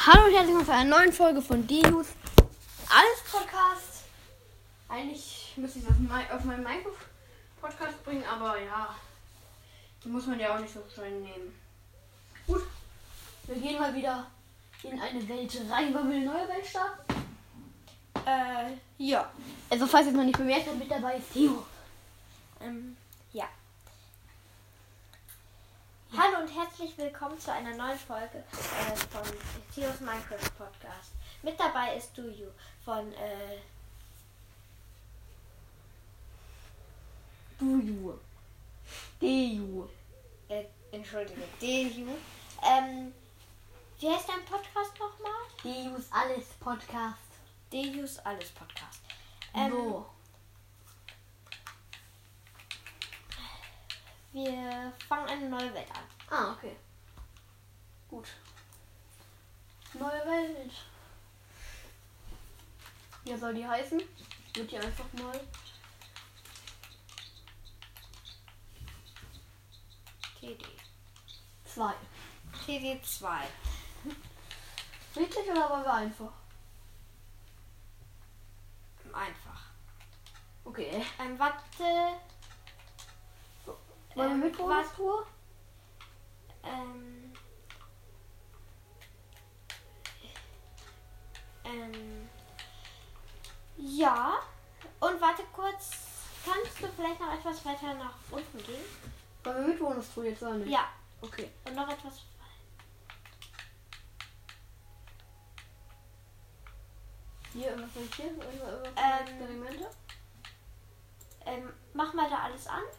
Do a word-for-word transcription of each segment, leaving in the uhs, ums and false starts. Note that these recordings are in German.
Hallo und herzlich willkommen zu einer neuen Folge von Deus Alles Podcast. Eigentlich müsste ich das auf meinen Minecraft-Podcast bringen, aber ja, die muss man ja auch nicht so schön nehmen. Gut, wir gehen mal wieder in eine Welt rein. Wollen wir eine neue Welt starten? Äh, ja. Also falls ihr es noch nicht bemerkt habt, mit dabei ist Theo. Ähm, ja. Hallo und herzlich willkommen zu einer neuen Folge äh, von Theos Minecraft Podcast. Mit dabei ist Duyu von äh, Duyu. Deju. äh, Entschuldige, Deju. Ähm, wie heißt dein Podcast nochmal? Deus Alles Podcast. Deus Alles Podcast. Ähm, so. Wir fangen eine neue Welt an. Ah, okay. Gut. Neue Welt. Wie soll die heißen? Ich würde die einfach mal. T D. Zwei. T D zwei. Wirklich oder wollen wir einfach? Einfach. Okay. Ähm, warte. Wollen wir Ähm, mit Bonustour? Ähm. Ähm. Ja. Und warte kurz. Kannst du vielleicht noch etwas weiter nach unten gehen? Wollen wir mit Bonustour jetzt oder nicht? Ja. Okay. Und noch etwas. Hier, was soll ich hier? Irgendwas Ähm, Experimente? Ähm, mach mal da alles an.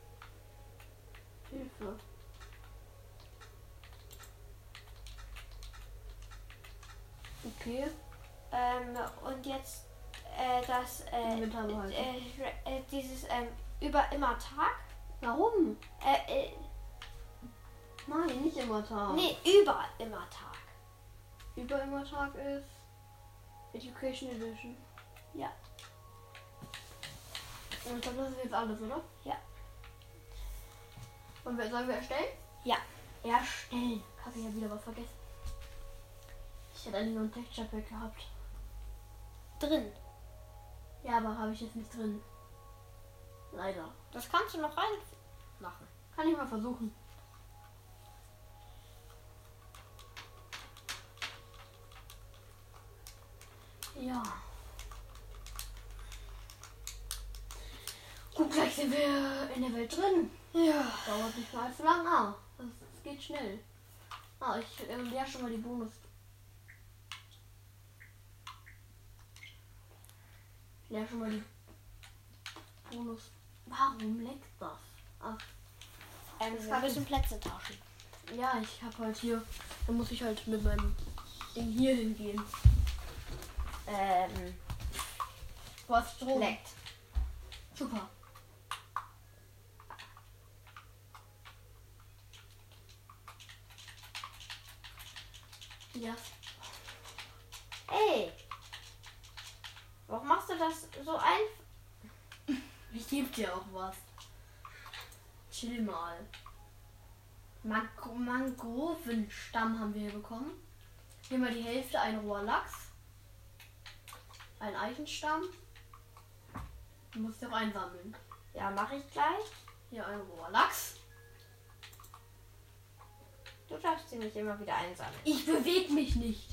Hilfe. Okay. Ähm, und jetzt äh, das äh, Inventar behalten. äh, äh, dieses ähm, über immer Tag. Warum? Äh, äh, Nein, nicht immer Tag. nee, über immer Tag. Über immer Tag ist Education Edition. Ja. Und ich glaube, das ist jetzt alles, oder? Ja. Und wer sollen wir erstellen? Ja. Erstellen. Habe ich ja wieder was vergessen. Ich hätte eigentlich nur ein Texture Pack gehabt. Drin. Ja, aber habe ich jetzt nicht drin. Leider. Das kannst du noch rein machen. Kann ich mal versuchen. Ja. Gut, gleich sind wir in der Welt drin. Ja. Dauert nicht mal allzu lang. Ah, das, das geht schnell. Ah, ich äh, leer schon mal die Bonus. Leer schon mal die Bonus. Warum leckt das? Ach, Ähm, Das wir kann müssen Plätze tauschen. ja, ich hab halt hier. Da muss ich halt mit meinem Ding hier hingehen. Ähm, Du hast Strom. leckt. Super. Ja. Ey! Warum machst du das so einfach? Ich geb dir auch was. Chill mal. Mang Mangrovenstamm haben wir hier bekommen. Hier mal die Hälfte, ein roher Lachs. Ein Eichenstamm. Du musst auch einsammeln. Ja, mache ich gleich. Hier ein roher Lachs. Du darfst sie nicht immer wieder einsammeln. Ich bewege mich nicht.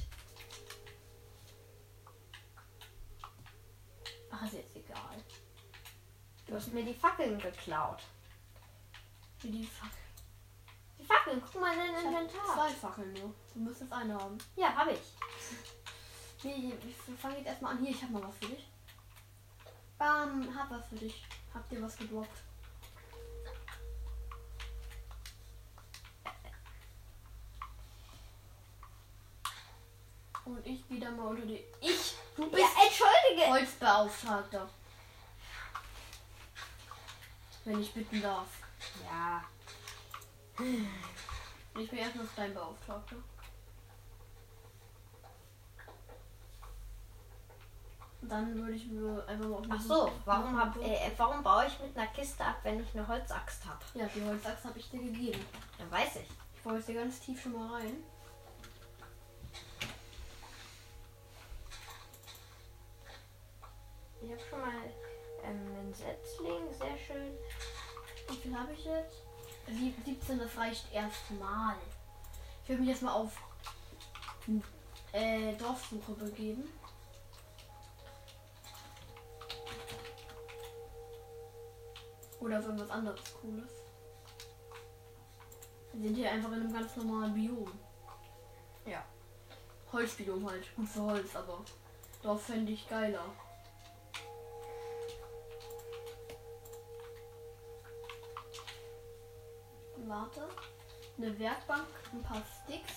Ach, ist jetzt egal. Du hast mir die Fackeln geklaut. Wie die Fackel. Die Fackeln, guck mal in dein Ich hab Inventar. zwei Fackeln nur. Du müsstest eine haben. Ja, habe ich. Nee, wir fangen jetzt erstmal an. Hier, ich hab mal was für dich. Bam, hab was für dich. Hab dir was gedroppt. Und ich wieder mal unter die. Ich! Du bist Ja, entschuldige! Holzbeauftragter. Wenn ich bitten darf. Ja. Ich bin erstmal Steinbeauftragter. Dann würde ich mir einfach mal auf Ach so, warum, hab, äh, warum baue ich mit einer Kiste ab, wenn ich eine Holzaxt habe? Ja, die Holzachse habe ich dir gegeben. Ja, weiß ich. Ich baue jetzt hier ganz tief schon mal rein. habe schon mal ähm, einen Setzling, sehr schön. Wie viel habe ich jetzt? Sieb- siebzehn, das reicht erstmal. Ich will mich jetzt mal auf äh, Dorfsuche begeben. Oder auf irgendwas anderes Cooles. Wir sind hier einfach in einem ganz normalen Biom. Ja. Holzbiom halt. Gut für Holz, aber Dorf fände ich geiler. Warte. Eine Werkbank, ein paar Sticks.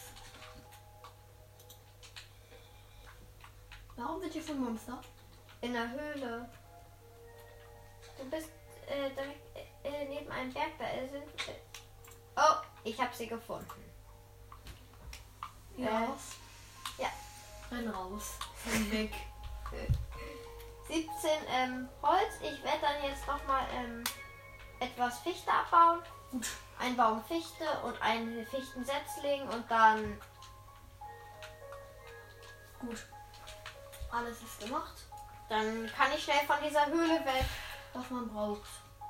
Warum sind hier schon Monster? In der Höhle. Du bist äh, direkt äh, neben einem Berg. Da sind. Äh, oh, ich habe sie gefunden. Ja. Äh, ja. Renn raus. Renn weg. siebzehn ähm, Holz. Ich werde dann jetzt nochmal ähm, etwas Fichte abbauen. Gut. Ein Baum Fichte und einen Fichtensetzling und dann. Gut. Alles ist gemacht. Dann kann ich schnell von dieser Höhle weg. Was man braucht.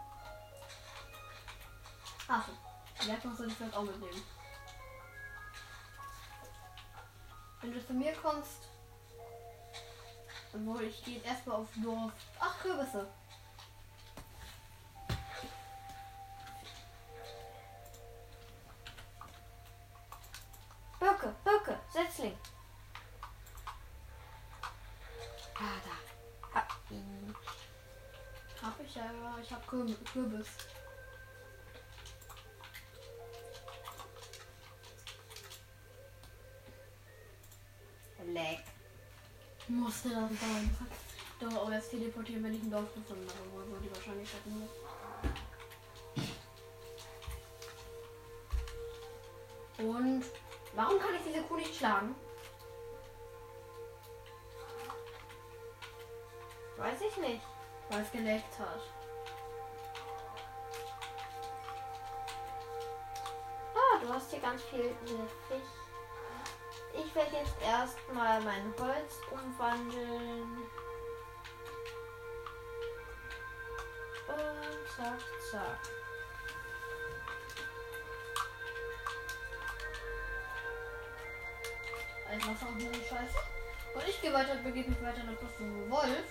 Achso. Die Werkbank soll ich vielleicht auch mitnehmen. Wenn du zu mir kommst, obwohl ich gehe jetzt erstmal auf Dorf. Ach, Kürbisse. Birke, Birke, Setzling. Ah, da. Hab ihn. Hab ich ja, ja, ich hab Kür Kürbis. Leck. Musste das sein. Doch auch erst teleportieren, wenn ich ein Dorf gefunden habe, wo wo die Wahrscheinlichkeit nur. Und warum kann ich diese Kuh nicht schlagen? Weiß ich nicht. Weil es geleckt hat. Ah, du hast hier ganz viel Fisch. Ich werde jetzt erstmal mein Holz umwandeln. Und zack, zack. Als Wasser und diese Scheiße. Und ich gehe weiter, begebe mich weiter nach Richtung Wolf.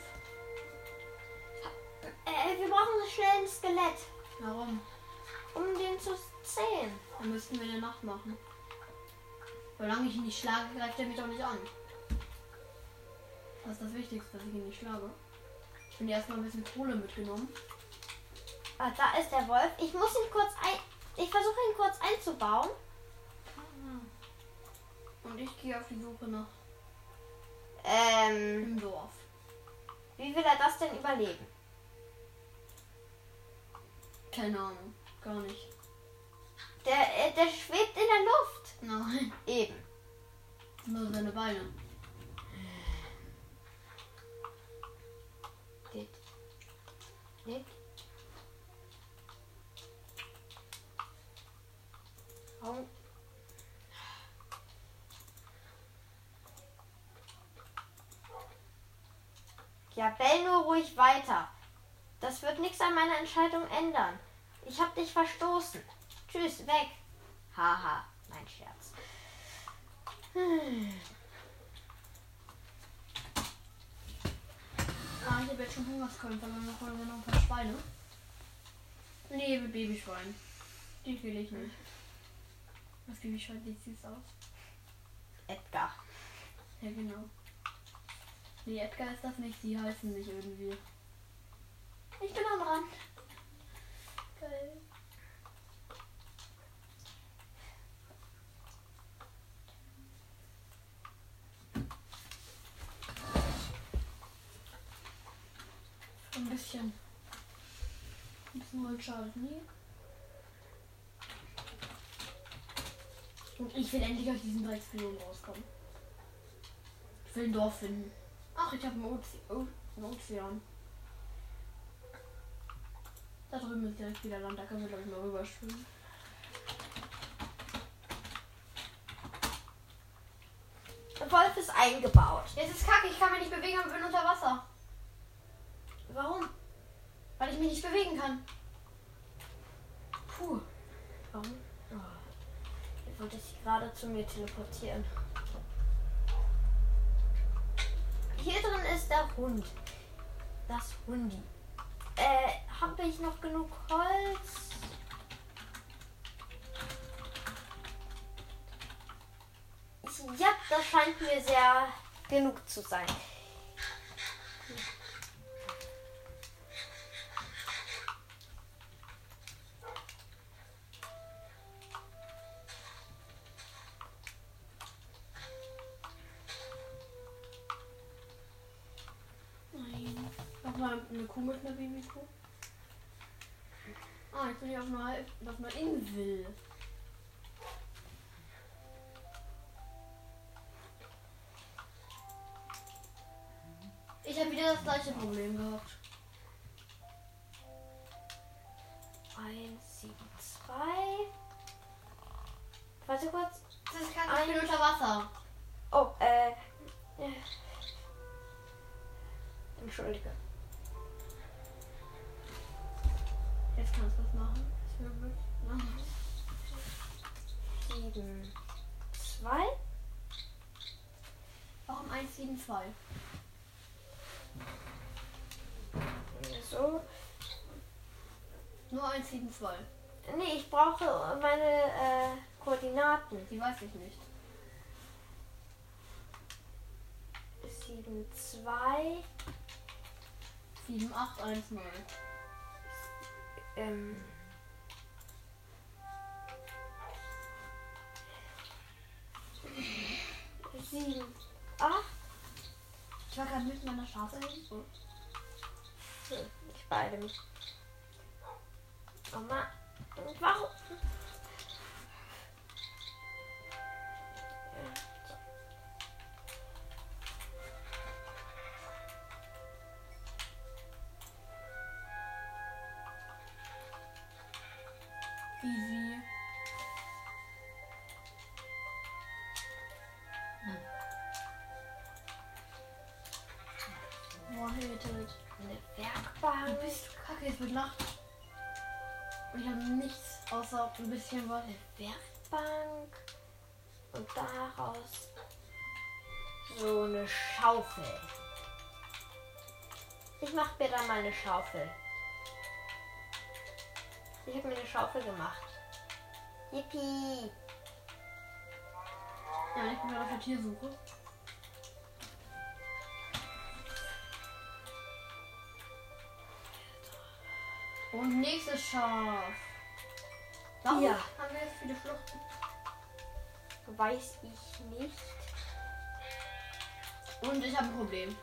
Äh, wir brauchen so schnell ein Skelett, Warum? um den zu zählen. Dann müssten wir in der Nacht machen. Solange ich ihn nicht schlage, greift er mich doch nicht an. Das ist das Wichtigste, dass ich ihn nicht schlage. Ich bin erstmal ein bisschen Kohle mitgenommen. Ah, da ist der Wolf. Ich muss ihn kurz ein... Ich versuche ihn kurz einzubauen. Und ich gehe auf die Suche nach Ähm, dem Dorf. wie will er das denn überleben? Keine Ahnung, gar nicht. Der, äh, der schwebt in der Luft. Nein, Eben. nur seine Beine. Dit. Dit. Oh. Ja, bell nur ruhig weiter. Das wird nichts an meiner Entscheidung ändern. Ich hab dich verstoßen. Tschüss, weg. Haha, mein Scherz. Hm. Ah, ich habe jetzt schon Hungerskeulen verloren. Noch noch ein paar Schweine. Liebe Babyschwein. Die will ich nicht. Das Babyschwein sieht süß aus. Edgar. Ja, genau. Nee, Edgar ist das nicht. Die heißen nicht irgendwie. Ich bin am Rand. Geil. Ein bisschen. Ein bisschen Holz schadet nie. Und ich will endlich aus diesem Drecksbiom rauskommen. Ich will ein Dorf finden. Ach, ich habe einen, Oze oh, einen Ozean. Da drüben ist direkt wieder Land, da können wir glaube ich mal rüberschwimmen. Der Wolf ist eingebaut. Jetzt ist kacke, ich kann mich nicht bewegen und bin unter Wasser. Warum? Weil ich mich nicht bewegen kann. Puh. Warum? Oh. Ich wollte sich gerade zu mir teleportieren. Hier drin ist der Hund. Das Hundi. Äh, habe ich noch genug Holz? Ja, das scheint mir sehr genug zu sein. Nein. Nochmal eine Kuh mit einer Babykuh. Ah, jetzt bin ich auf einer, auf einer Insel. Ich habe wieder das gleiche Problem gehabt. eins, sieben, zwei. Warte kurz. Das ist kein ich bin unter Wasser. Oh, äh. Entschuldige. Jetzt kannst du was machen. sieben, zwei. Warum eins sieben zwei? So. Nur eins sieben zwei. Nee, ich brauche meine äh, Koordinaten. Die weiß ich nicht. sieben, zwei. sieben acht eins null. Ähm. sieben, acht. Ich war gerade mit meiner Schafe hin. So. Hm, ich beeile mich. Oh Mann. Warum? Easy. Hm. Boah, hated. Eine Werkbank. Du bist kacke, es wird Nacht. Und ich habe nichts außer ein bisschen was. Eine Werkbank. Und daraus so eine Schaufel. Ich mache mir dann mal eine Schaufel. Ich habe mir eine Schaufel gemacht. Yippie! Ja, ich bin gerade auf der Tiersuche. Und nächstes Schaf. Warum Ja. haben wir jetzt viele Schluchten? Weiß ich nicht. Und ich habe ein Problem.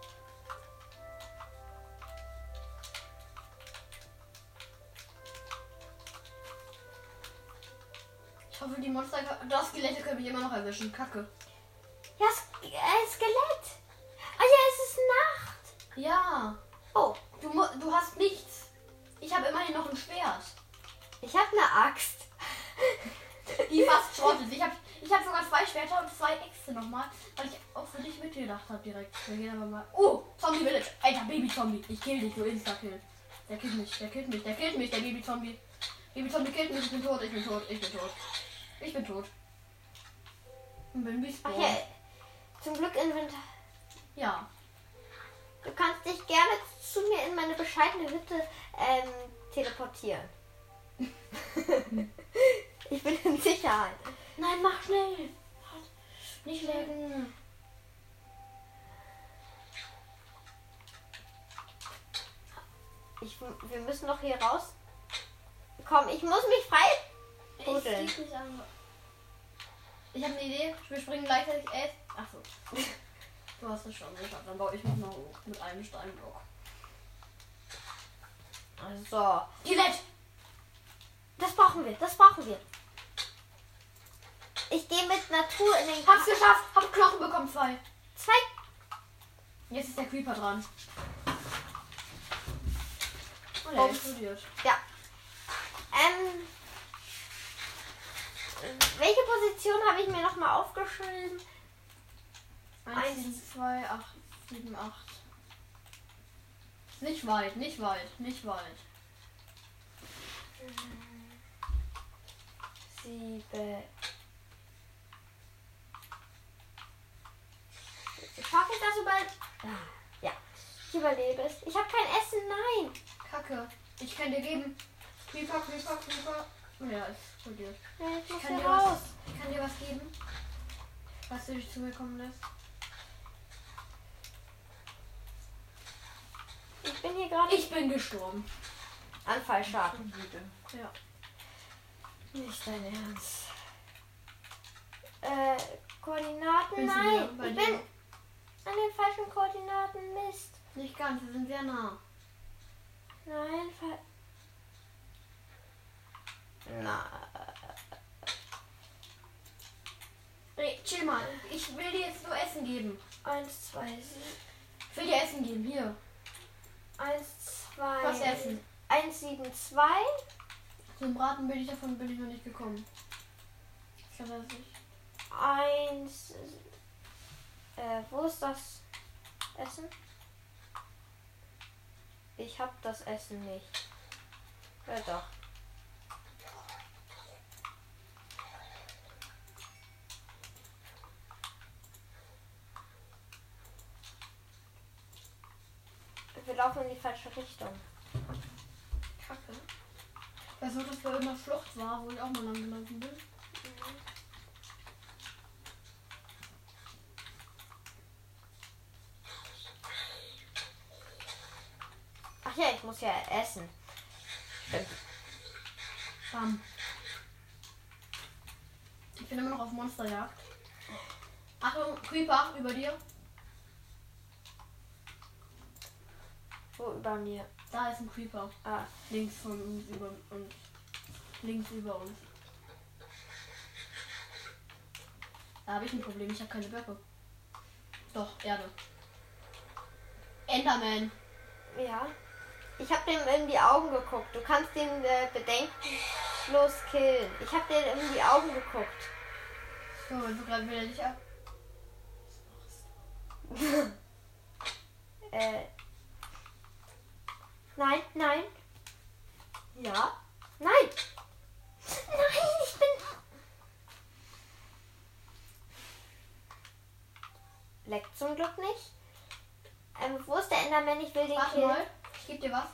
Ich hoffe, die Monster, das Skelette können mich immer noch erwischen. Kacke. Ja, Sk äh, Skelett. Ah ja, es ist Nacht. Ja. Oh, Du, mu- du hast nichts. Ich habe immerhin noch ein Schwert. ich habe eine Axt. Die fast schrottet. Ich habe ich hab sogar zwei Schwerter und zwei Äxte nochmal, weil ich auch für dich mitgedacht habe direkt. Wir gehen aber mal. Oh, Zombie Village. Alter, Baby-Zombie. Ich kill dich, du Insta-Kill. Der killt mich, der killt mich, der killt mich, der Baby-Zombie. Baby-Zombie killt mich, ich bin tot, ich bin tot, ich bin tot. Ich bin tot. Und bin Ach respawned. ja, zum Glück Inventar. Ja. Du kannst dich gerne zu mir in meine bescheidene Hütte ähm, teleportieren. Ich bin in Sicherheit. Nein, mach schnell. Nicht laggen. Ich, wir müssen noch hier raus. Komm, ich muss mich frei. Ich Buddeln. zieh's nicht an. Ich habe eine Idee. Wir springen gleichzeitig elf. Achso. Du hast es schon geschafft. Dann baue ich mich mal hoch mit einem Steinblock. So. Skelett! Das brauchen wir, das brauchen wir. Ich gehe mit Natur in den Hab's geschafft! Hab Knochen bekommen, zwei. Zwei. Jetzt ist der Creeper dran. Oh, der Ups. explodiert. Ja. Ähm. Welche Position habe ich mir nochmal aufgeschrieben? eins, sieben, zwei, acht, sieben, acht. Nicht weit, nicht weit, nicht weit. Sieben. Ich hoffe, dass du bald. Ja, ich überlebe es. Ich habe kein Essen, nein. Kacke. Ich kann dir geben. Creeper, Creeper, Creeper. Ja, ist explodiert. Ja, ich muss Ich kann, hier dir raus. was, ich kann dir was geben, was du dich zu mir kommen lässt. Ich bin hier gerade. Ich bin gestorben. Anfallschaden. Ja. Nicht dein Ernst. Äh, Koordinaten? Bist du Nein. wieder bei Ich dir? bin an den falschen Koordinaten. Mist. Nicht ganz, wir sind sehr nah. Nein, fa Na. Ey, chill mal. Ich will dir jetzt nur Essen geben. Eins, zwei, sieben. Ich will dir Essen geben. Hier. Eins, zwei. Was essen? Eins, sieben, zwei. Zum Braten bin ich davon bin ich noch nicht gekommen. Ich glaube, das nicht. Eins. Äh, wo ist das Essen? Ich hab das Essen nicht. Ja, doch. Wir laufen in die falsche Richtung. Kacke. Weißt du, dass bei immer Flucht war, wo ich auch mal lang gelaufen bin? Ach ja, ich muss ja essen. Stimmt. Bam. Ich bin immer noch auf Monsterjagd. Achtung, Creeper über dir. Wo über mir? Da ist ein Creeper. Ah, Links von uns über uns. Links über uns. Da habe ich ein Problem. Ich habe keine Blöcke. Doch, Erde. Enderman. ja. Ich hab dem in die Augen geguckt. Du kannst den äh, bedenkenlos killen. Ich hab den in die Augen geguckt. So, du gerade wieder nicht ab. äh. Nein, nein. Ja. Nein. Nein, ich bin. Leckt zum Glück nicht. Ähm, wo ist der Enderman? Ich will den Warte killen. mal. Ich geb dir was.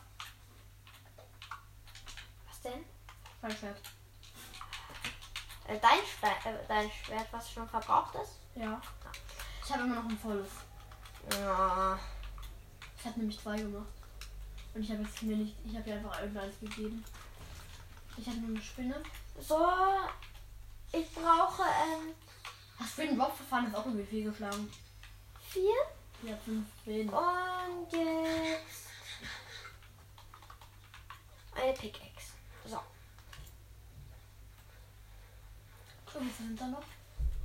Was denn? Fallschwert. Äh, dein, Schwert, äh, dein Schwert, was schon verbraucht ist? Ja. Ich habe immer noch ein volles. Ja. Ich habe nämlich zwei gemacht. Und ich habe jetzt mir nicht. Ich habe dir einfach irgendeines gegeben. Ich habe nur eine Spinne. So. Ich brauche ähm, Hast du den Bob-Verfahren ist auch irgendwie viel geschlagen? vier. Ja, fünfzehn. Und jetzt eine Pickaxe. So. So, wie viele sind da noch?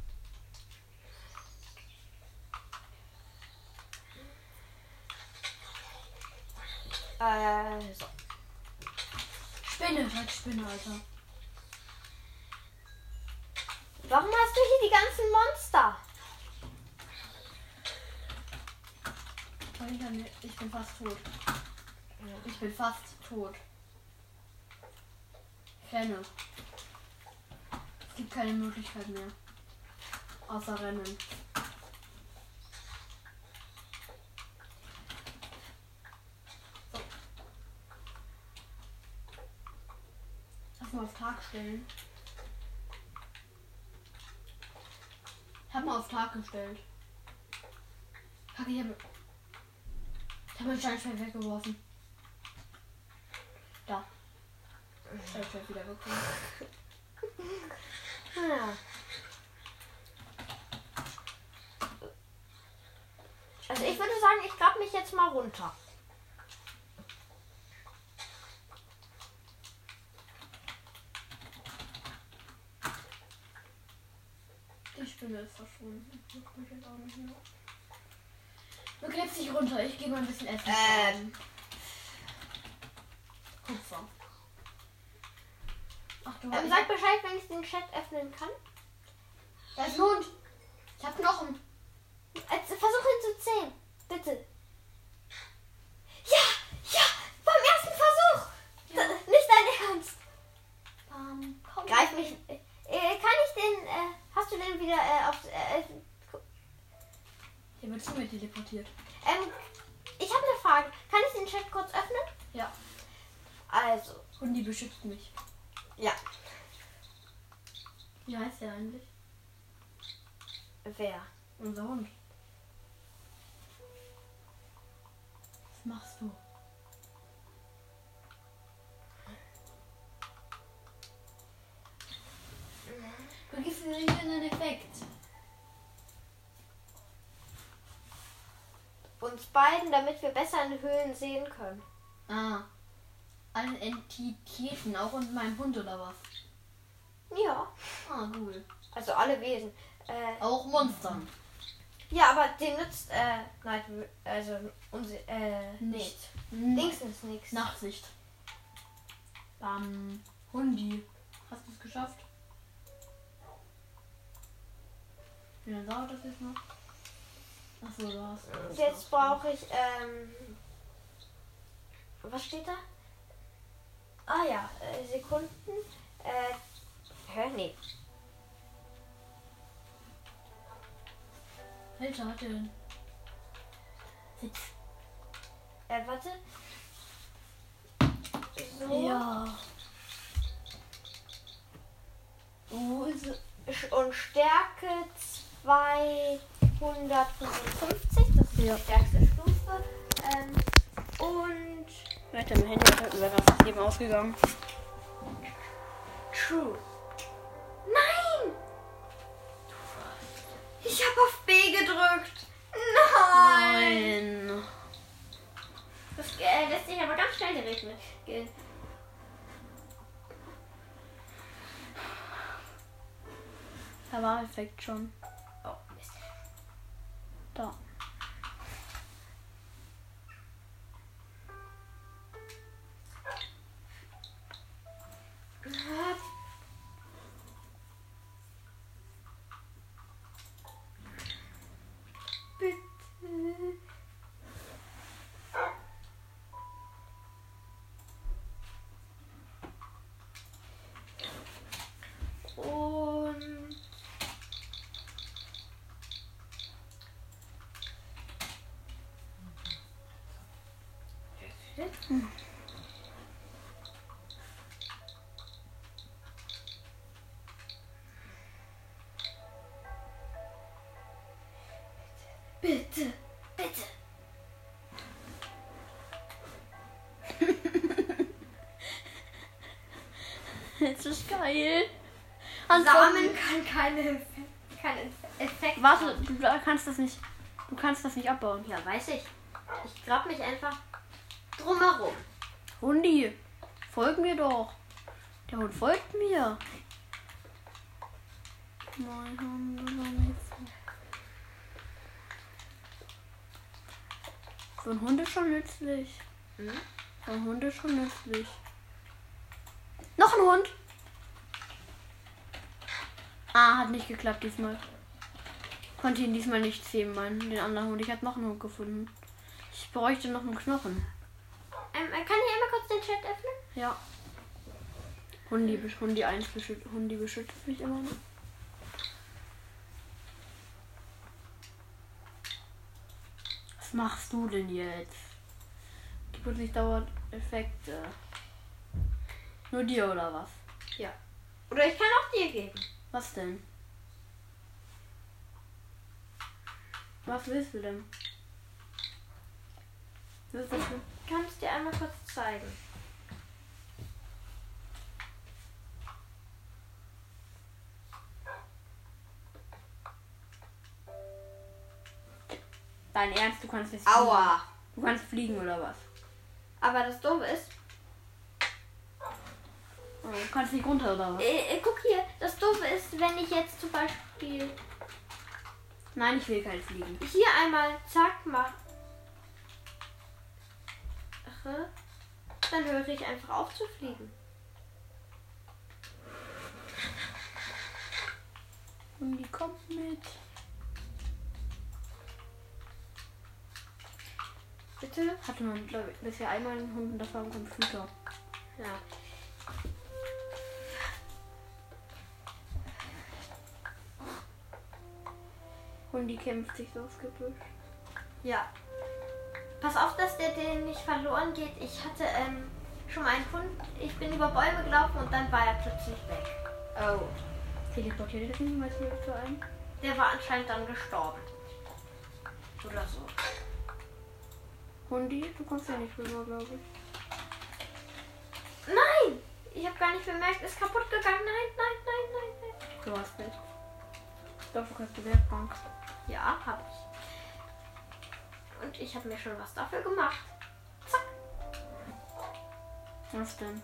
Äh, so. Spinne, halt Spinne, Alter. Warum hast du hier die ganzen Monster? Weil Ich, kann- ich bin fast tot. Ich bin fast tot. Ich renne. Es gibt keine Möglichkeit mehr. Außer rennen. So. Lass mal auf Tag stellen. Ich hab mal auf Tag gestellt. Kacke, ich hab, ich hab mein Steinschwert weggeworfen. Da. Steinschwert wieder bekommen. Ja. Also ich würde sagen, ich grab mich jetzt mal runter. Die Spinne ist verschwunden. Ich guck mich jetzt auch nicht mehr. Du klebst dich runter, ich gehe mal ein bisschen essen. Ähm. Kupfer. Ach du Ähm, ich sag hab- Bescheid, wenn ich den Chat öffnen kann. Da ist ein Hund. Ich hab Knochen. Jetzt versuch ihn zu zählen. Bitte. Ja! wird zu mir teleportiert. Ähm, ich habe eine Frage. Kann ich den Chat kurz öffnen? Ja. Also, Hundi beschützt mich. ja. Wie heißt der eigentlich? Wer? Unser Hund. Was machst du? Vergiss nicht einen Effekt. Uns beiden, damit wir besser in Höhlen sehen können. Ah. Alle Entitäten, auch und meinem Hund oder was? Ja. Ah, cool. Also alle Wesen. Äh, Auch Monstern. ja, aber den nützt, äh, Night, also, unser, äh, Nicht. Dingsens nichts. Nachtsicht. Bam. Hundi. Hast du es geschafft? Wie lange dauert das jetzt noch? Achso, du hast es. Jetzt brauche ich, ähm, was steht da? Ah ja, äh, Sekunden. Äh, hä? Nee. Welcher hat der denn? Sitz. Äh, warte. So. Ja. Wo ist es? Sch- Und Stärke zweihundertfünfundfünfzig. Das ist Ja. die stärkste Stufe. Ähm, und Warte, mein Handy wäre fast eben ausgegangen. True. Nein! Ich habe auf B gedrückt. Nein! Nein. Das äh, lässt sich aber ganz schnell gerechnet gehen. Da war Effekt schon. Oh, Mist. Da. Bitte. Und bitte, bitte. Jetzt ist geil. Samen kann keine keinen Effekt Warte, haben. du kannst das nicht. Du kannst das nicht abbauen. Ja, weiß ich. Ich grab mich einfach drumherum. Hundi, folg mir doch. Der Hund folgt mir. Mein Hund ist noch nicht so. So ein Hund ist schon nützlich. Hm? So ein Hund ist schon nützlich. Noch ein Hund. Ah, hat nicht geklappt diesmal. Konnte ihn diesmal nicht zähmen, mein, den anderen Hund. Ich habe noch einen Hund gefunden. Ich bräuchte noch einen Knochen. Ähm, kann ich einmal kurz den Chat öffnen? Ja. Hundi, besch- Hundi eins beschützt, Hundi beschützt mich immer noch. Was machst du denn jetzt? Gib uns nicht dauernd Effekte. Nur dir oder was? Ja. Oder ich kann auch dir geben. Was denn? Was willst du denn? Willst du das denn? Ich kann es dir einmal kurz zeigen. Dein Ernst, du kannst jetzt Aua. fliegen. Du kannst fliegen oder was? Aber das Doofe ist, Oh, du kannst nicht runter oder was? äh, äh, guck hier, das Doofe ist, wenn ich jetzt zum Beispiel Nein, ich will kein Fliegen. hier einmal zack mache, dann höre ich einfach auf zu fliegen. Und die kommt mit. Bitte? Hatte man, glaube ich, bisher einmal einen Hund und das war am Computer. Ja. Und die kämpft sich so aufs Gebüsch. Ja. Pass auf, dass der den nicht verloren geht. Ich hatte ähm, schon mal einen Hund. Ich bin über Bäume gelaufen und dann war er plötzlich weg. Oh. Teleportiert das nicht mal hier für einen? Der war anscheinend dann gestorben. Oder so. Hundi, du kommst ja nicht rüber, glaube ich. Nein! Ich habe gar nicht bemerkt, ist kaputt gegangen. Nein, nein, nein, nein, nein. Du hast nicht. Ich glaube, du kannst die Werkbank. Ja, habe ich. Und ich habe mir schon was dafür gemacht. Zack. Was denn?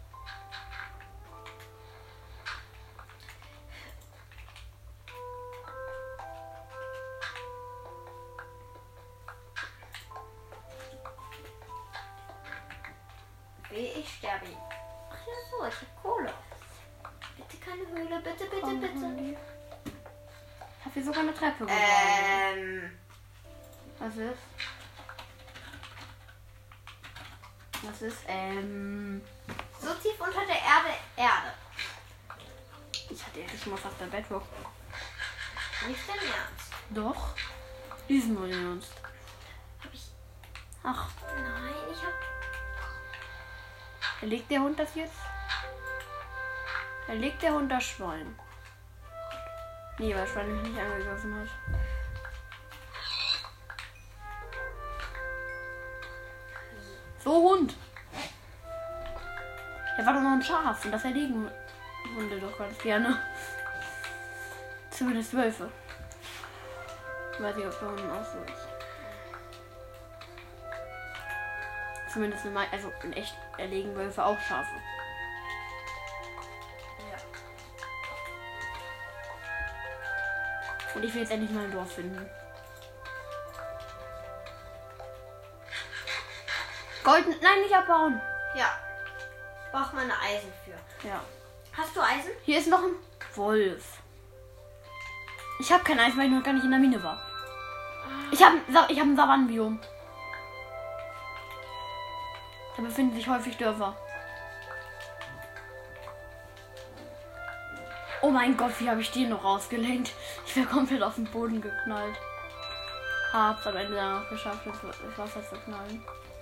Weh, ich sterbe. Ach ja so, ich habe Kohle. Bitte keine Höhle, bitte, bitte, Komm, bitte. Hundi. Ich habe hier sogar eine Treppe gebaut. Ähm. Was ist? Was ist? Ähm. So tief unter der Erde, Erde. Ich hatte jetzt schon mal fast ein Bettwoch. Nicht dein Ernst. Doch. Diesen nur ernst. Hab ich. Ach, Nein, ich hab. erlegt der Hund das jetzt? Erlegt der Hund das Schwein? Nee, weil das Schwein mich nicht angegriffen hat. So, Hund! Er war doch noch ein Schaf und das erlegen Hunde doch ganz gerne. Zumindest Wölfe. Ich weiß nicht, ob der Hund auch so ist. Zumindest in, mein, also in echt erlegen Wölfe auch Schafe. Ja. Und ich will jetzt endlich mal ein Dorf finden. Golden. Nein, nicht abbauen. Ja. Braucht man eine Eisen für. Ja. Hast du Eisen? Hier ist noch ein Wolf. Ich habe kein Eis, weil ich noch gar nicht in der Mine war. Ich habe ich hab ein Savannenbiom. Da befinden sich häufig Dörfer. Oh mein Gott, wie habe ich den noch rausgelenkt? Ich wäre komplett auf den Boden geknallt. Hab's am Ende dann noch geschafft, das Wasser zu knallen.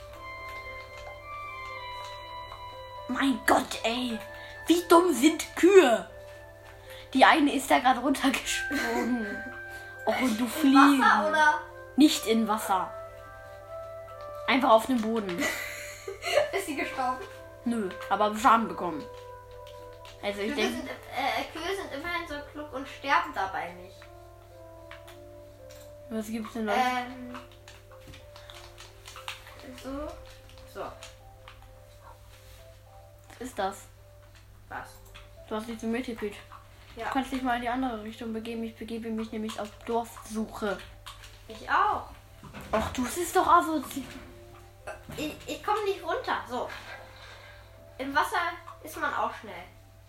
Mein Gott, ey. Wie dumm sind Kühe? Die eine ist da gerade runtergesprungen. Och, und du fliegst. Wasser oder? Nicht in Wasser. Einfach auf dem Boden. Ist sie gestorben? Nö, aber Schaden bekommen. Also ich Kühe denke. sind, äh, Kühe sind immerhin so klug und sterben dabei nicht. Was gibt's denn noch? Ähm. So. So. Was ist das? Was? Du hast dich zum Mittelpit. Ja. Du kannst dich mal in die andere Richtung begeben. Ich begebe mich nämlich auf Dorfsuche. Ich auch. Ach, du siehst doch assoziiert. Ich, ich komme nicht runter. So. Im Wasser ist man auch schnell.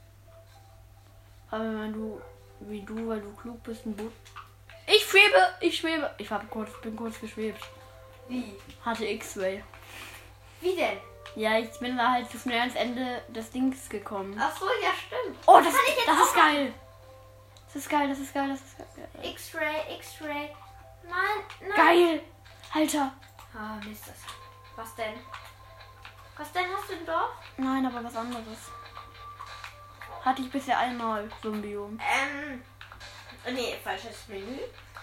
Aber wenn du, wie du, weil du klug bist, ein Boot. Ich schwebe, ich schwebe. Ich hab kurz, bin kurz geschwebt. Wie? Hatte X-Ray. Wie denn? Ja, ich bin da halt zu schnell ans Ende des Dings gekommen. Ach so, ja stimmt. Oh, das, Kann ich jetzt das auch ist geil. Das ist geil, das ist geil, das ist geil. X-Ray, X-Ray. Nein, nein. Geil! Alter. Ah, Mist. Das. Was denn? Was denn hast du im Dorf? Nein, aber was anderes. Hatte ich bisher einmal so ein Biom. Ähm. Nee, falsches Menü.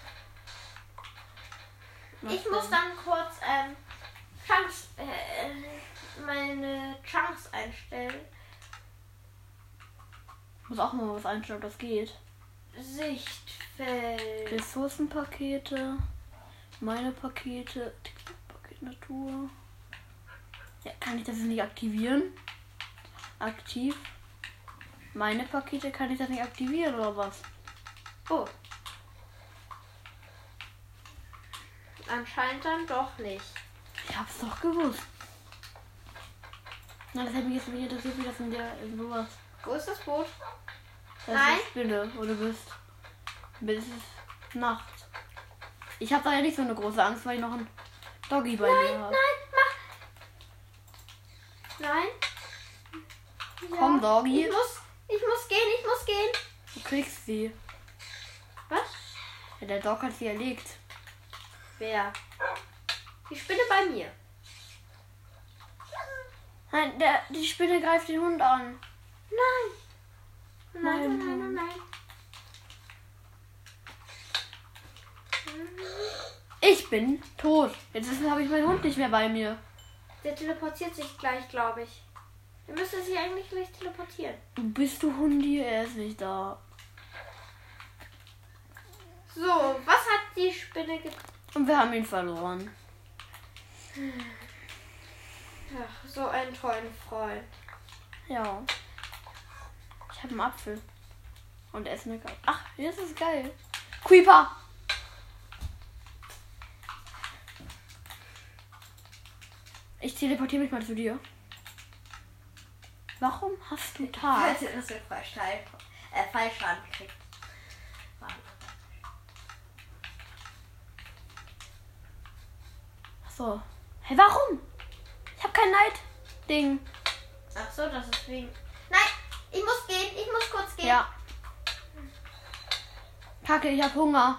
Was ich muss denn? dann kurz ähm, Chunks, äh, meine Chunks einstellen. Ich muss auch mal was einstellen, ob das geht. Sichtfeld. Ressourcenpakete. Meine Pakete. Paket Natur. Ja, kann ich das jetzt nicht aktivieren? Aktiv. Meine Pakete, kann ich das nicht aktivieren oder was? Oh. Anscheinend dann doch nicht. Ich hab's doch gewusst. Na, das hätte mich jetzt nicht interessiert, wie das in der in sowas. Wo ist das Boot? Das Nein. ist Spinne, wo du bist. Bis es Nacht. Ich habe da ja nicht so eine große Angst, weil ich noch ein Doggy bei mir Nein, habe. nein, mach. Nein. Komm, Doggy. Ich muss, ich muss gehen, ich muss gehen. Du kriegst sie. Was? Ja, der Dog hat sie erlegt. Wer? Die Spinne bei mir. Nein, der, die Spinne greift den Hund an. Nein. Nein, Nein, nein, nein, nein, nein. Ich bin tot. Jetzt habe ich meinen Hund nicht mehr bei mir. Der teleportiert sich gleich, glaube ich. Der müsste sich eigentlich gleich teleportieren. Bist du Hundi? Er ist nicht da. So, was hat die Spinne getan? Und wir haben ihn verloren. Ach, so einen tollen Freund. Ja. Ich habe einen Apfel. Und esse eine Gabel. Ach, das ist geil. Creeper! Ich teleportiere mich mal zu dir. Warum hast du Tag? Falls ihr das mit Fallschaden äh, Fallschaden kriegt. So. Hä, warum? Ich habe kein Neid-Ding. Ach so, das ist wegen... Nein, ich muss gehen. Ich muss kurz gehen. Ja. Kacke, ich habe Hunger.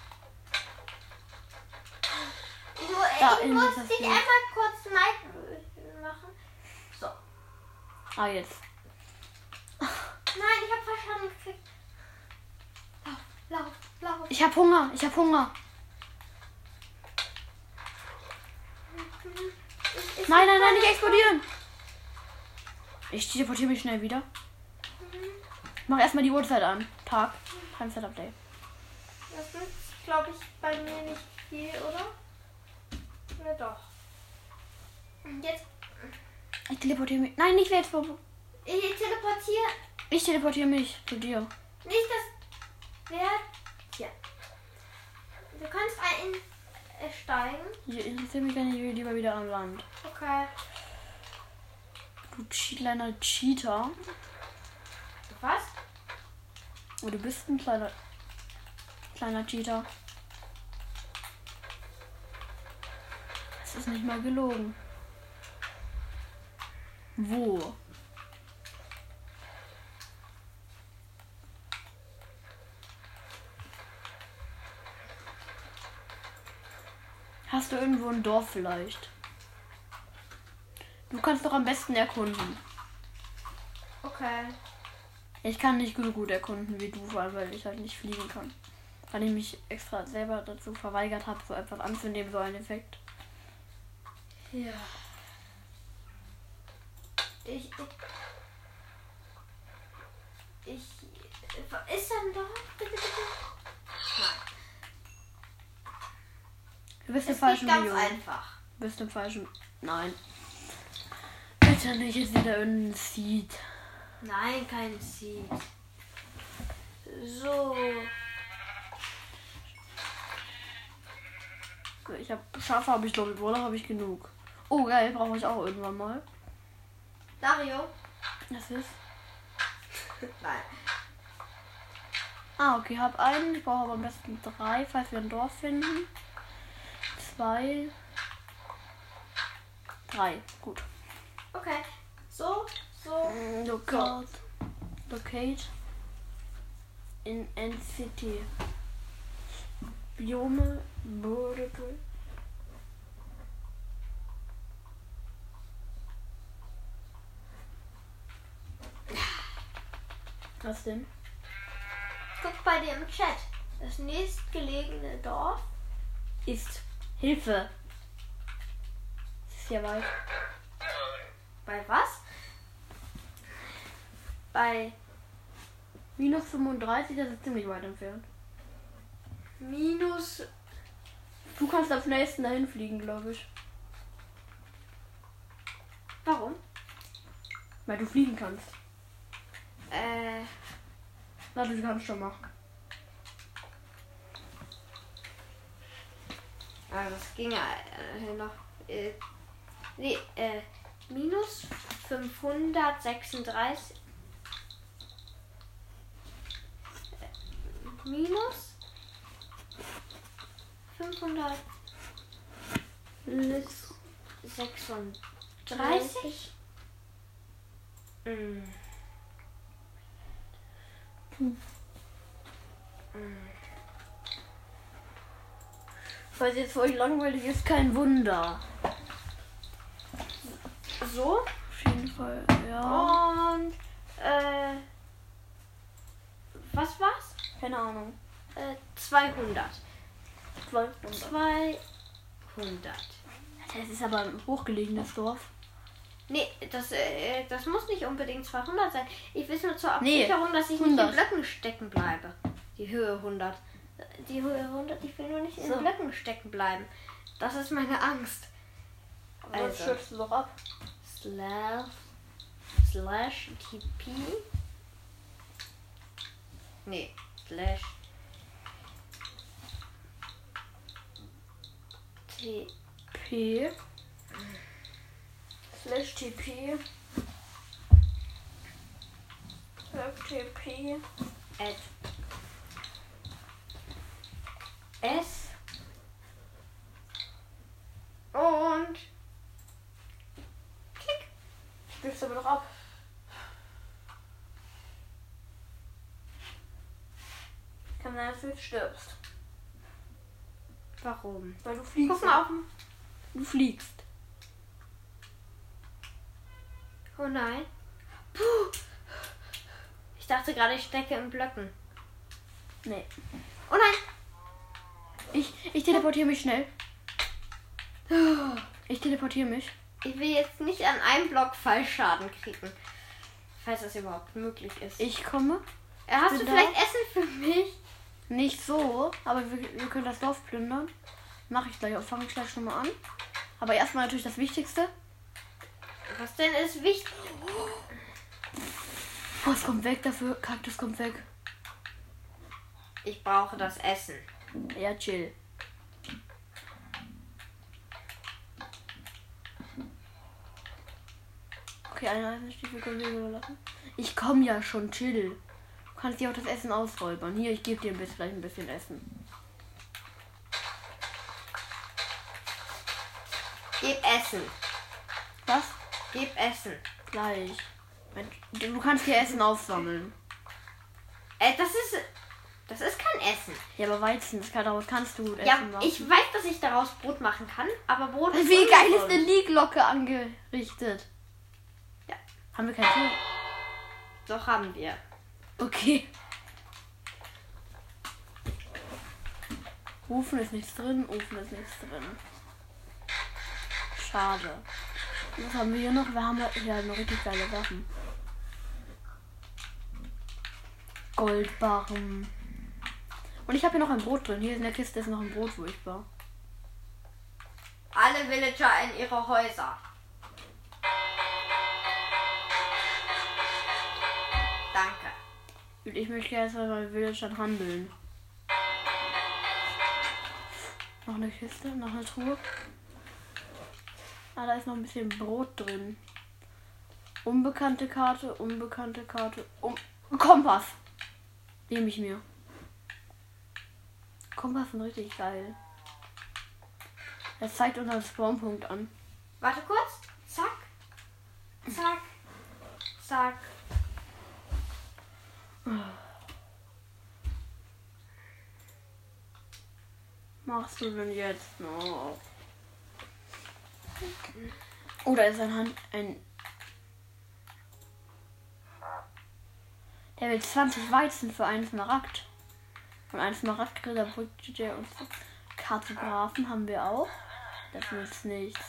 Ich, mu Da, ich in muss dieses dich Bild. einmal kurz Night machen. So. Ah, jetzt. Nein, ich habe Fallschaden gekriegt. Lauf, lauf, lauf. Ich habe Hunger. Ich habe Hunger. Ich, ich Nein, nein, nein, nicht explodieren. Ich teleportiere mich schnell wieder. Ich mach erstmal die Uhrzeit an. Tag. Time Setup Day. Das nützt, glaube ich, bei mir nicht viel, oder? Ja, doch. Und jetzt... Ich teleportiere mich. Nein, nicht jetzt. Ich teleportiere... Ich teleportiere mich zu dir. Nicht das... Wer... Hier. Du kannst einsteigen. Ich interessiere mich gar nicht lieber wieder an Land. Okay. Du kleiner Cheater. Was? Oh, du bist ein kleiner... Kleiner Cheater. Das ist nicht mal gelogen. Wo? Hast du irgendwo ein Dorf vielleicht? Du kannst doch am besten erkunden. Okay. Ich kann nicht so gut erkunden wie du, vor allem weil ich halt nicht fliegen kann. Weil ich mich extra selber dazu verweigert habe, so etwas anzunehmen, so einen Effekt. Ja. Ich... Ich... ich ist dann doch... Bitte, bitte. Nein. Du bist im Es geht falschen ganz Video. einfach. Du bist im falschen... Nein. Bitte nicht jetzt wieder irgendein Seed. Nein, kein Seed. So. Ich habe Schafe habe ich glaube ich, Wolle habe ich genug. Oh geil, brauche ich auch irgendwann mal. Dario? Das ist. Nein. Ah, okay, hab einen. Ich brauche aber am besten drei, falls wir ein Dorf finden. Zwei. Drei. Gut. Okay. So, so. Locate. Locate. In N City. Biome. Vertical. Was denn? Guck bei dir im Chat. Das nächstgelegene Dorf Ist Hilfe. Das ist ja weit. bei was? Bei Minus fünfunddreißig, das ist ziemlich weit entfernt. minus. Du kannst am schnellsten dahin fliegen, glaube ich. Warum? Weil du fliegen kannst. Äh. Warte, du kannst schon mal. Ah, das ging ja äh, noch. Äh, nee, äh. Minus fünfhundertsechsunddreißig. Äh, minus fünfhundertsechsunddreißig. Mm. Mm. Falls jetzt für euch langweilig ist, kein Wunder. So. Auf jeden Fall, ja. Und, äh, was war's? Keine Ahnung. Äh, zweihundert. zweihundert. zweihundert. Das ist aber ein hochgelegenes Dorf. Nee, das, äh, das muss nicht unbedingt zweihundert sein. Ich will nur zur Nee, Absicherung, dass ich hundert. nicht in Blöcken stecken bleibe. Die Höhe hundert. Die Höhe hundert, ich will nur nicht in So. Blöcken stecken bleiben. Das ist meine Angst. Also. Das Also. schützt du doch ab. Slash, slash T P. Nee, slash T P. Slash T P. Slash T P. at S und klick. Spielst du aber doch ab. Kann sein, dass du jetzt stirbst. Warum? Weil du fliegst. Guck mal auf den. Du fliegst. Oh nein. Puh. Ich dachte gerade, ich stecke in Blöcken. Nee. Oh nein. Ich, ich teleportiere mich schnell. Ich teleportiere mich. Ich will jetzt nicht an einem Block Fallschaden kriegen. Falls das überhaupt möglich ist. Ich komme. Äh, Hast bin du da. vielleicht Essen für mich? Nicht so, aber wir, wir können das Dorf plündern. Mache ich gleich. Fange ich gleich schon mal an. Aber erstmal natürlich das Wichtigste. Was denn ist wichtig? Oh, es kommt weg dafür. Kaktus kommt weg. Ich brauche das Essen. Ja, chill. Okay, eine Eisenstiefel können wir überlassen. Ich komme ja schon, chill. Du kannst dir auch das Essen ausräubern. Hier, ich gebe dir ein bisschen, gleich ein bisschen Essen. Gib Essen. Was? Gib Essen. Gleich. Du kannst hier Essen aufsammeln. Äh, das ist. Das ist kein Essen. Ja, aber Weizen, das kann, daraus kannst du gut Ja, Essen machen. ich weiß, dass ich daraus Brot machen kann, aber Brot ist Wie geil ist ungesund. eine Lieglocke angerichtet? Ja. Haben wir kein Tür? Doch haben wir. Okay. Ofen ist nichts drin, Ofen ist nichts drin. Schade. Was haben wir hier noch? Wir haben hier noch richtig geile Sachen. Goldbarren. Und ich habe hier noch ein Brot drin. Hier in der Kiste ist noch ein Brot, wo ich war. Alle Villager in ihre Häuser. Danke. Und ich möchte jetzt mal bei Villagern handeln. Noch eine Kiste, noch eine Truhe. Ah, da ist noch ein bisschen Brot drin. Unbekannte Karte, unbekannte Karte. Um Kompass. Nehme ich mir. Kompass sind richtig geil. Das zeigt unseren Spawnpunkt an. Warte kurz. Zack. Zack. Zack. Machst du denn jetzt noch? Oh, da ist ein Hand. Ein. Der will zwanzig Weizen für einen Smaragd. Und einen Smaragdgrill, da wollte der uns. Kartografen haben wir auch. Das nützt nichts.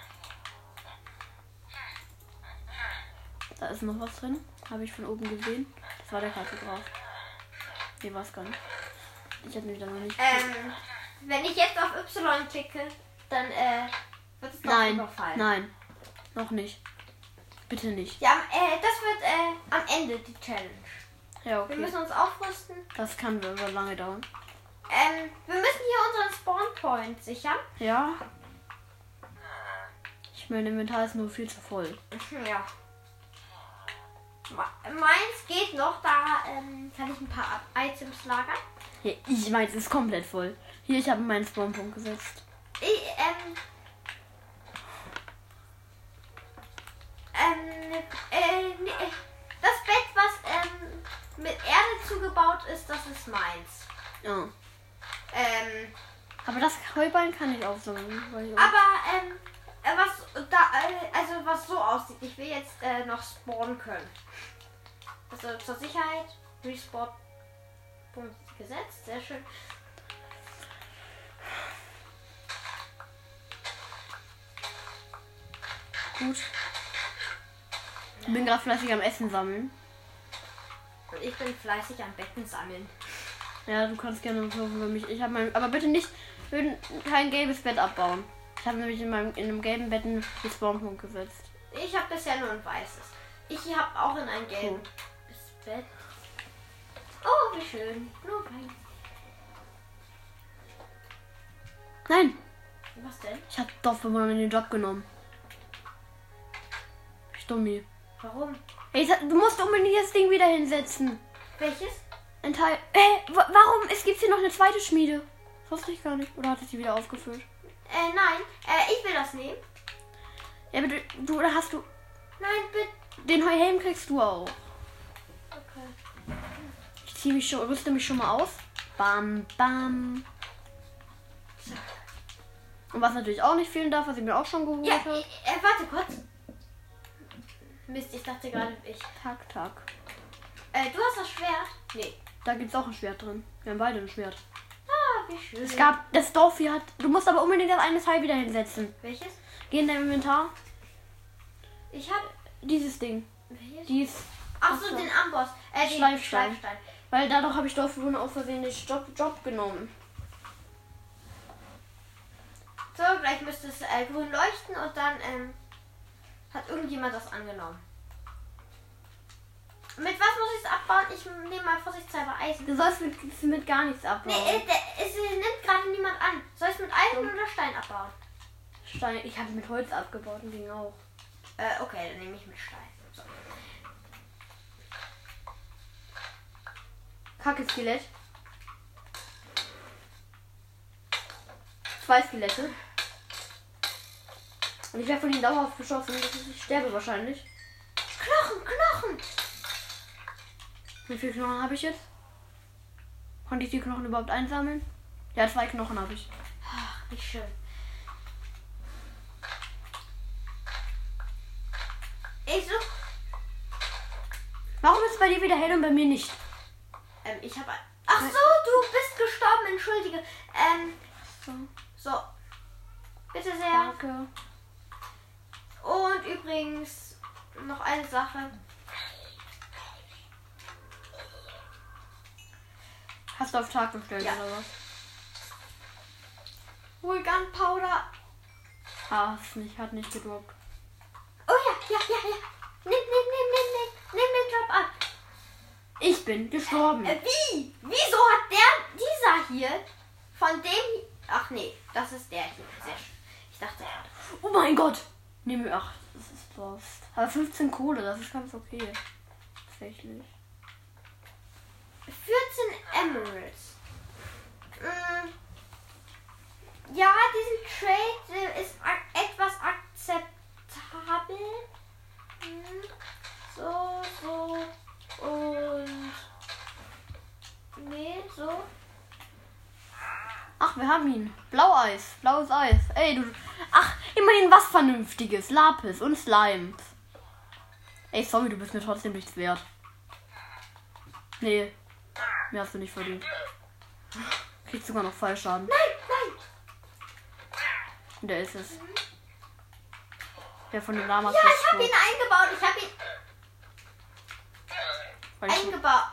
Da ist noch was drin. Habe ich von oben gesehen. Das war der Kartograf. Nee, war es gar nicht. Ich habe mich da noch nicht. Ähm, wenn ich jetzt auf Y klicke, dann äh, wird es noch Nein, überfallen. nein. Noch nicht. Bitte nicht. Ja, äh, das wird äh, am Ende die Challenge. Ja, okay. Wir müssen uns aufrüsten. Das kann aber lange dauern. Ähm, wir müssen hier unseren Spawn Point sichern. Ja. Ich mein Inventar ist nur viel zu voll. Ja. Meins geht noch, da ähm, kann ich ein paar Items lagern. Hier, ich meins ist komplett voll. Hier, ich habe meinen Spawnpunkt gesetzt. Ich, ähm, ähm, äh, nee, das Bett, was ähm, mit Erde zugebaut ist, das ist meins. Ja. Ähm, Aber das Heuballen kann ich aufsammeln. Weil ich Aber, ähm, äh, was da, äh, also was so aussieht. Ich will jetzt äh, noch spawnen können. Also zur Sicherheit, Respawn Punkt gesetzt, sehr schön. Gut. Ich bin gerade fleißig am Essen sammeln. Und ich bin fleißig am Betten sammeln. Ja, du kannst gerne kaufen für mich. Ich habe mein, aber bitte nicht kein gelbes Bett abbauen. Ich habe nämlich in meinem in einem gelben Bett einen Spawnpunkt gesetzt. Ich habe bisher nur ein weißes. Ich habe auch in ein gelbes Cool. Bett. Oh, wie schön. Nur weiß. Nein, Was denn? ich habe doch für mal den Job genommen. Stummi. Warum? Ey, du musst unbedingt das Ding wieder hinsetzen. Welches? Ein Teil. Hey, wa- warum? Es gibt hier noch eine zweite Schmiede. Das wusste ich gar nicht. Oder hat es die wieder aufgefüllt? Äh, nein. Äh, ich will das nehmen. Ja, aber du, du oder hast du. Nein, bitte. Den Helm kriegst du auch. Okay. Ich ziehe mich schon, rüste mich schon mal aus. Bam, bam. Und was natürlich auch nicht fehlen darf, was ich mir auch schon geholt Ja, habe. äh, äh, warte kurz. Mist, ich dachte gerade, ich. Tack, tack. Äh, du hast das Schwert? Nee. Da gibt's auch ein Schwert drin. Wir haben beide ein Schwert. Ah, wie schön. Es gab, das Dorf hier hat. Du musst aber unbedingt das eine Teil wieder hinsetzen. Welches? Geh in dein Inventar. Ich hab. Dieses Ding. Welches? Dies. Ach so, Ach so. den Amboss. Äh, den Schleifstein. Schleifstein. Weil dadurch habe ich Dorfbewohner aus Versehen den Job, Job genommen. So, gleich müsste es äh, grün leuchten und dann ähm, hat irgendjemand das angenommen. Mit was muss ich es abbauen? Ich nehme mal vorsichtshalber Eisen. Du sollst mit, mit gar nichts abbauen. Nee, äh, der, es äh, nimmt gerade niemand an. Soll ich es mit Eisen oder Stein abbauen? Stein. Ich habe mit Holz abgebaut und ging auch. Äh, okay, dann nehme ich mit Stein. So. Kacke Skelett. Zwei Skelette. Und ich werde von ihnen dauerhaft beschossen. Ich sterbe wahrscheinlich. Knochen, Knochen! Wie viele Knochen habe ich jetzt? Konnte ich die Knochen überhaupt einsammeln? Ja, zwei Knochen habe ich. Ach, wie schön. Ich such. Warum ist es bei dir wieder hell und bei mir nicht? Ähm, ich habe. Ach so, du bist gestorben, entschuldige. Ähm, So, so. Bitte sehr. danke. Und übrigens noch eine Sache. Hast du auf Tag gestellt Ja. oder was? Hol Gunpowder. Ah, es nicht, hat nicht gedroppt. Oh ja, ja, ja, ja. Nimm, nimm, nimm, nimm, nimm. Nimm den Job ab. Ich bin gestorben. Äh, wie? Wieso hat der, dieser hier, von dem... Ach nee, das ist der hier. Sehr schön. Ich dachte, er hat... Oh mein Gott! Nehmen wir. Ach, das ist lost. Aber fünfzehn Kohle, das ist ganz okay. Tatsächlich. vierzehn Emeralds. Mm. Ja, diesen Trade äh, ist ak- etwas akzeptabel. Hm. So, so und... Nee, so. Ach, wir haben ihn. Blaueis. Blaues Eis. Ey, du. Ach, immerhin was Vernünftiges. Lapis und Slime. Ey, sorry, du bist mir trotzdem nichts wert. Nee. Mehr hast du nicht verdient. Kriegst sogar noch Fallschaden. Nein, nein. Und der ist es. Der von den Lamas. Ja, ist ich habe tot. ihn eingebaut. Ich habe ihn Weil ich- eingebaut.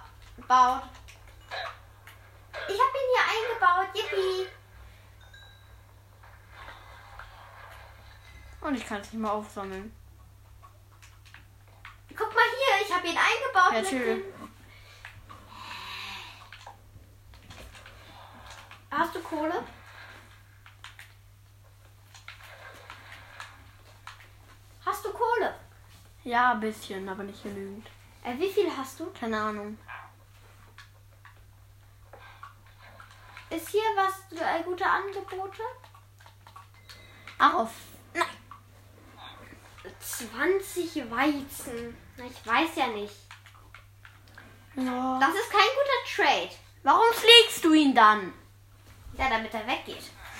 Ich habe ihn hier eingebaut. Yippie. Und ich kann es nicht mal aufsammeln. Guck mal hier, ich habe ihn eingebaut. Ja, mit chill. dem- Hast du Kohle? Hast du Kohle? Ja, ein bisschen, aber nicht genügend. Äh, wie viel hast du? Keine Ahnung. Ist hier was äh, gute Angebote? Ach, auf. Nein. zwanzig Weizen. Na, ich weiß ja nicht. Ja. Das ist kein guter Trade. Warum schlägst du ihn dann? Ja, damit er weggeht.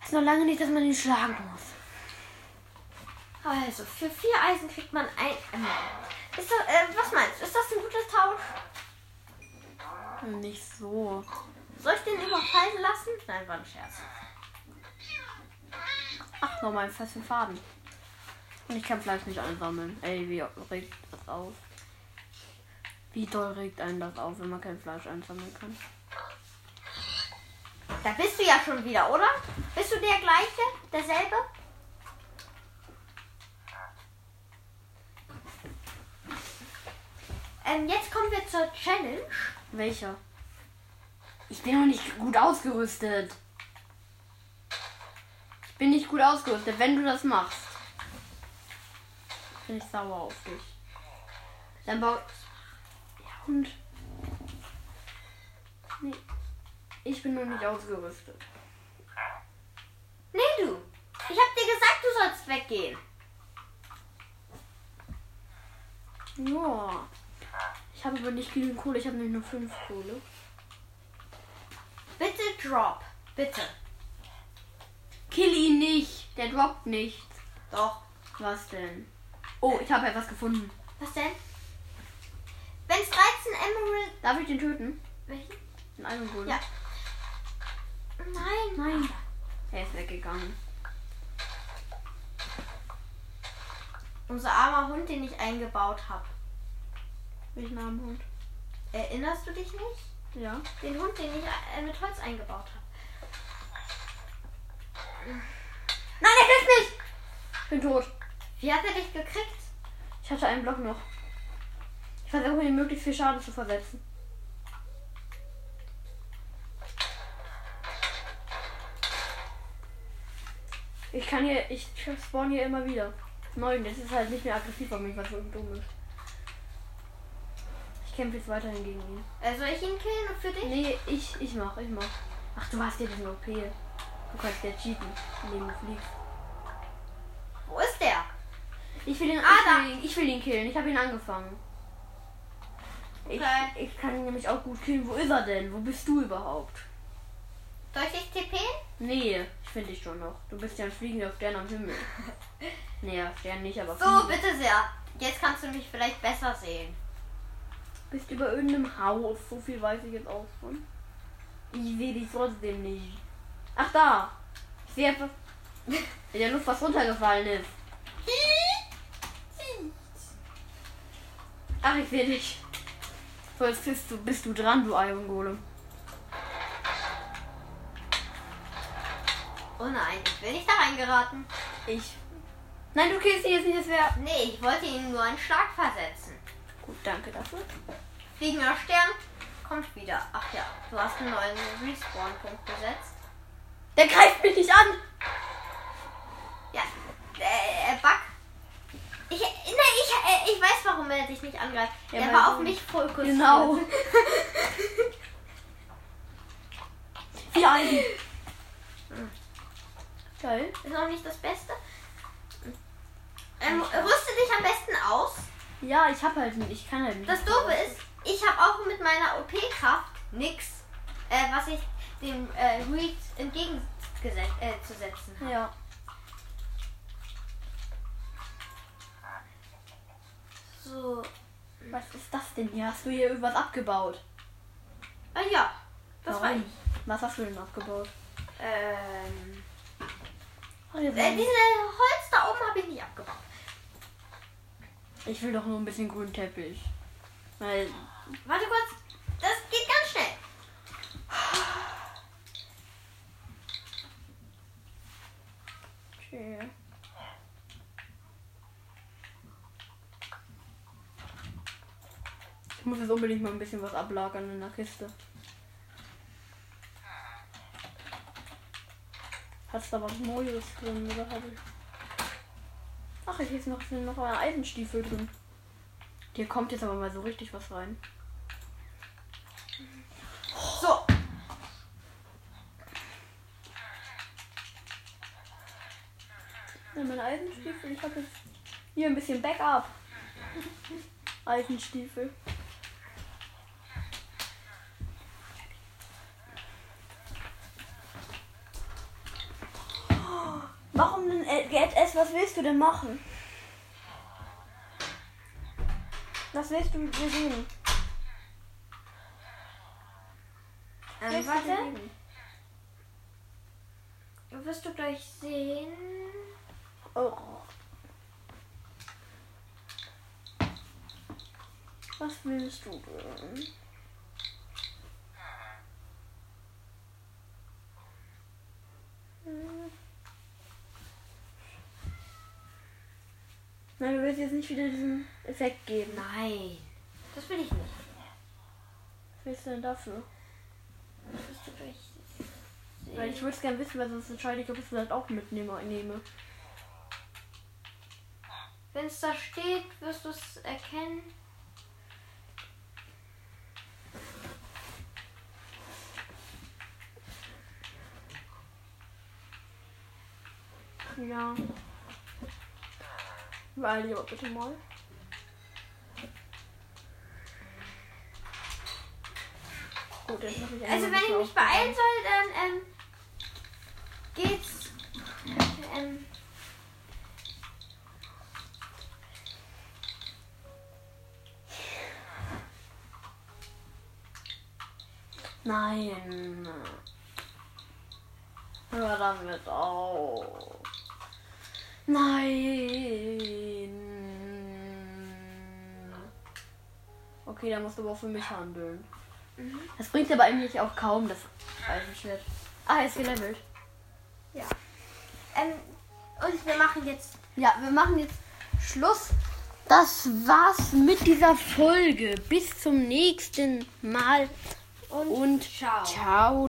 Ist noch lange nicht, dass man ihn schlagen muss. Also, für vier Eisen kriegt man ein Emerald. Ist das, äh, was meinst du? Ist das ein guter Tausch? Nicht so. Soll ich den überfallen lassen? Nein, war ein Scherz. Ach, nochmal einen festen Faden. Und ich kann Fleisch nicht einsammeln. Ey, wie regt das auf? Wie doll regt einen das auf, wenn man kein Fleisch einsammeln kann? Da bist du ja schon wieder, oder? Bist du der gleiche? Derselbe? Ähm, jetzt kommen wir zur Challenge. Welcher? Ich bin noch nicht gut ausgerüstet. Ich bin nicht gut ausgerüstet, wenn du das machst. Bin ich sauer auf dich. Dann bau... Ja, und... Nee. Ich bin noch nicht ausgerüstet. Nee, du. Ich hab dir gesagt, du sollst weggehen. Ja. Ich habe aber nicht genügend Kohle. Ich habe nämlich nur fünf Kohle. Bitte drop. Bitte. Kill ihn nicht. Der droppt nichts. Doch. Was denn? Oh, ich habe etwas gefunden. Was denn? Wenn es dreizehn Emerald... Darf ich den töten? Welchen? Den Iron Golem? Ja. Nein. Nein. Er ist weggegangen. Unser armer Hund, den ich eingebaut habe. Welchen armen Hund? Erinnerst du dich nicht? Ja. Den Hund, den ich äh, mit Holz eingebaut habe. Nein, er kriegt mich! Ich bin tot. Wie hat er dich gekriegt? Ich hatte einen Block noch. Ich versuche ihm möglichst viel Schaden zu versetzen. Ich kann hier, ich spawn hier immer wieder. Neun, das ist halt nicht mehr aggressiv auf mich, was so dumm ist. Ich kämpfe jetzt weiterhin gegen ihn. Äh, soll ich ihn killen für dich? Nee, ich, ich mach, ich mach. Ach, du hast ja diesen O P. Du kannst ja cheaten, indem du fliegst. Wo ist der? Ich will ihn, Ah, ich da. will ihn, ich will ihn killen. Ich habe ihn angefangen. Ich, Okay. ich kann ihn nämlich auch gut killen. Wo ist er denn? Wo bist du überhaupt? Soll ich dich T P? Nee, ich finde dich schon noch. Du bist ja ein fliegender Stern am Himmel. Nee, ja, Stern nicht, aber So, fliegen. bitte sehr. Jetzt kannst du mich vielleicht besser sehen. Bist über irgendeinem Haus. So viel weiß ich jetzt auch schon. Ich sehe dich trotzdem nicht. Ach, da. Ich sehe etwas. In der Luft was runtergefallen ist. Ach, ich sehe dich. So, jetzt bist du, bist du dran, du Iron Golem. Oh nein, ich will nicht da reingeraten. Ich. Nein, du killst ihn jetzt nicht, das wäre. Nee, ich wollte ihn nur einen Schlag versetzen. Gut, danke dafür. Fliegender Stern kommt wieder. Ach ja, du hast einen neuen Respawn-Punkt gesetzt. Der greift mich nicht an! Ja, äh, äh Bug. Ich, nein, ich, äh, ich weiß, warum er dich nicht angreift. Ja, er weil war du- auf mich fokussiert. Genau. Vier Eisen. Geil. Ist noch nicht das Beste. Ähm, rüste dich am besten aus. Ja, ich hab halt nicht. Ich kann halt nicht. Das Doofe ist, ich habe auch mit meiner O P-Kraft nix, äh, was ich dem äh, Reed entgegenzusetzen äh, zu setzen habe. Ja. So, Was ist das denn hier? Hast du hier irgendwas abgebaut? äh, ja, das war Warum? ich. Was hast du denn abgebaut? Ähm, Oh, hier äh, sind- diese Holz da oben habe ich nicht abgebaut. ich will doch nur ein bisschen grünen Teppich. Weil. Warte kurz, das geht ganz schnell. Okay. Ich muss jetzt unbedingt mal ein bisschen was ablagern in der Kiste. Hast da was Neues drin oder habe ich? Ach, hier ist noch, sind noch ein Eisenstiefel drin. Hier kommt jetzt aber mal so richtig was rein. So, Ja, meine Eisenstiefel. Ich habe jetzt hier ein bisschen Backup. Eisenstiefel. Get S, was willst du denn machen? Was willst du dir sehen? Ähm, Willst du warte. dir sehen? Wirst du gleich sehen. Oh. Was willst du denn? Hm. Nein, du willst jetzt nicht wieder diesen Effekt geben. Nein, das will ich nicht. Was willst du denn dafür? Wirst du gleich sehen. Weil ich würde es gerne wissen, weil sonst entscheide ich, ob ich es vielleicht auch mitnehme. Nehme. Wenn es da steht, wirst du es erkennen. Ja. Weil lieber bitte mal. Gut, jetzt muss ich Also wenn ich mich beeilen soll, dann ähm, geht's. Ähm, Nein. Hör damit auf. Nein. Okay, da musst du aber auch für mich handeln. mhm. Das bringt aber eigentlich auch kaum das Eisenschwert. Ah, er ist gelevelt. Ja. Ähm, und wir machen jetzt. Ja, wir machen jetzt Schluss. Das war's mit dieser Folge. Bis zum nächsten Mal. Und, Und ciao. ciao.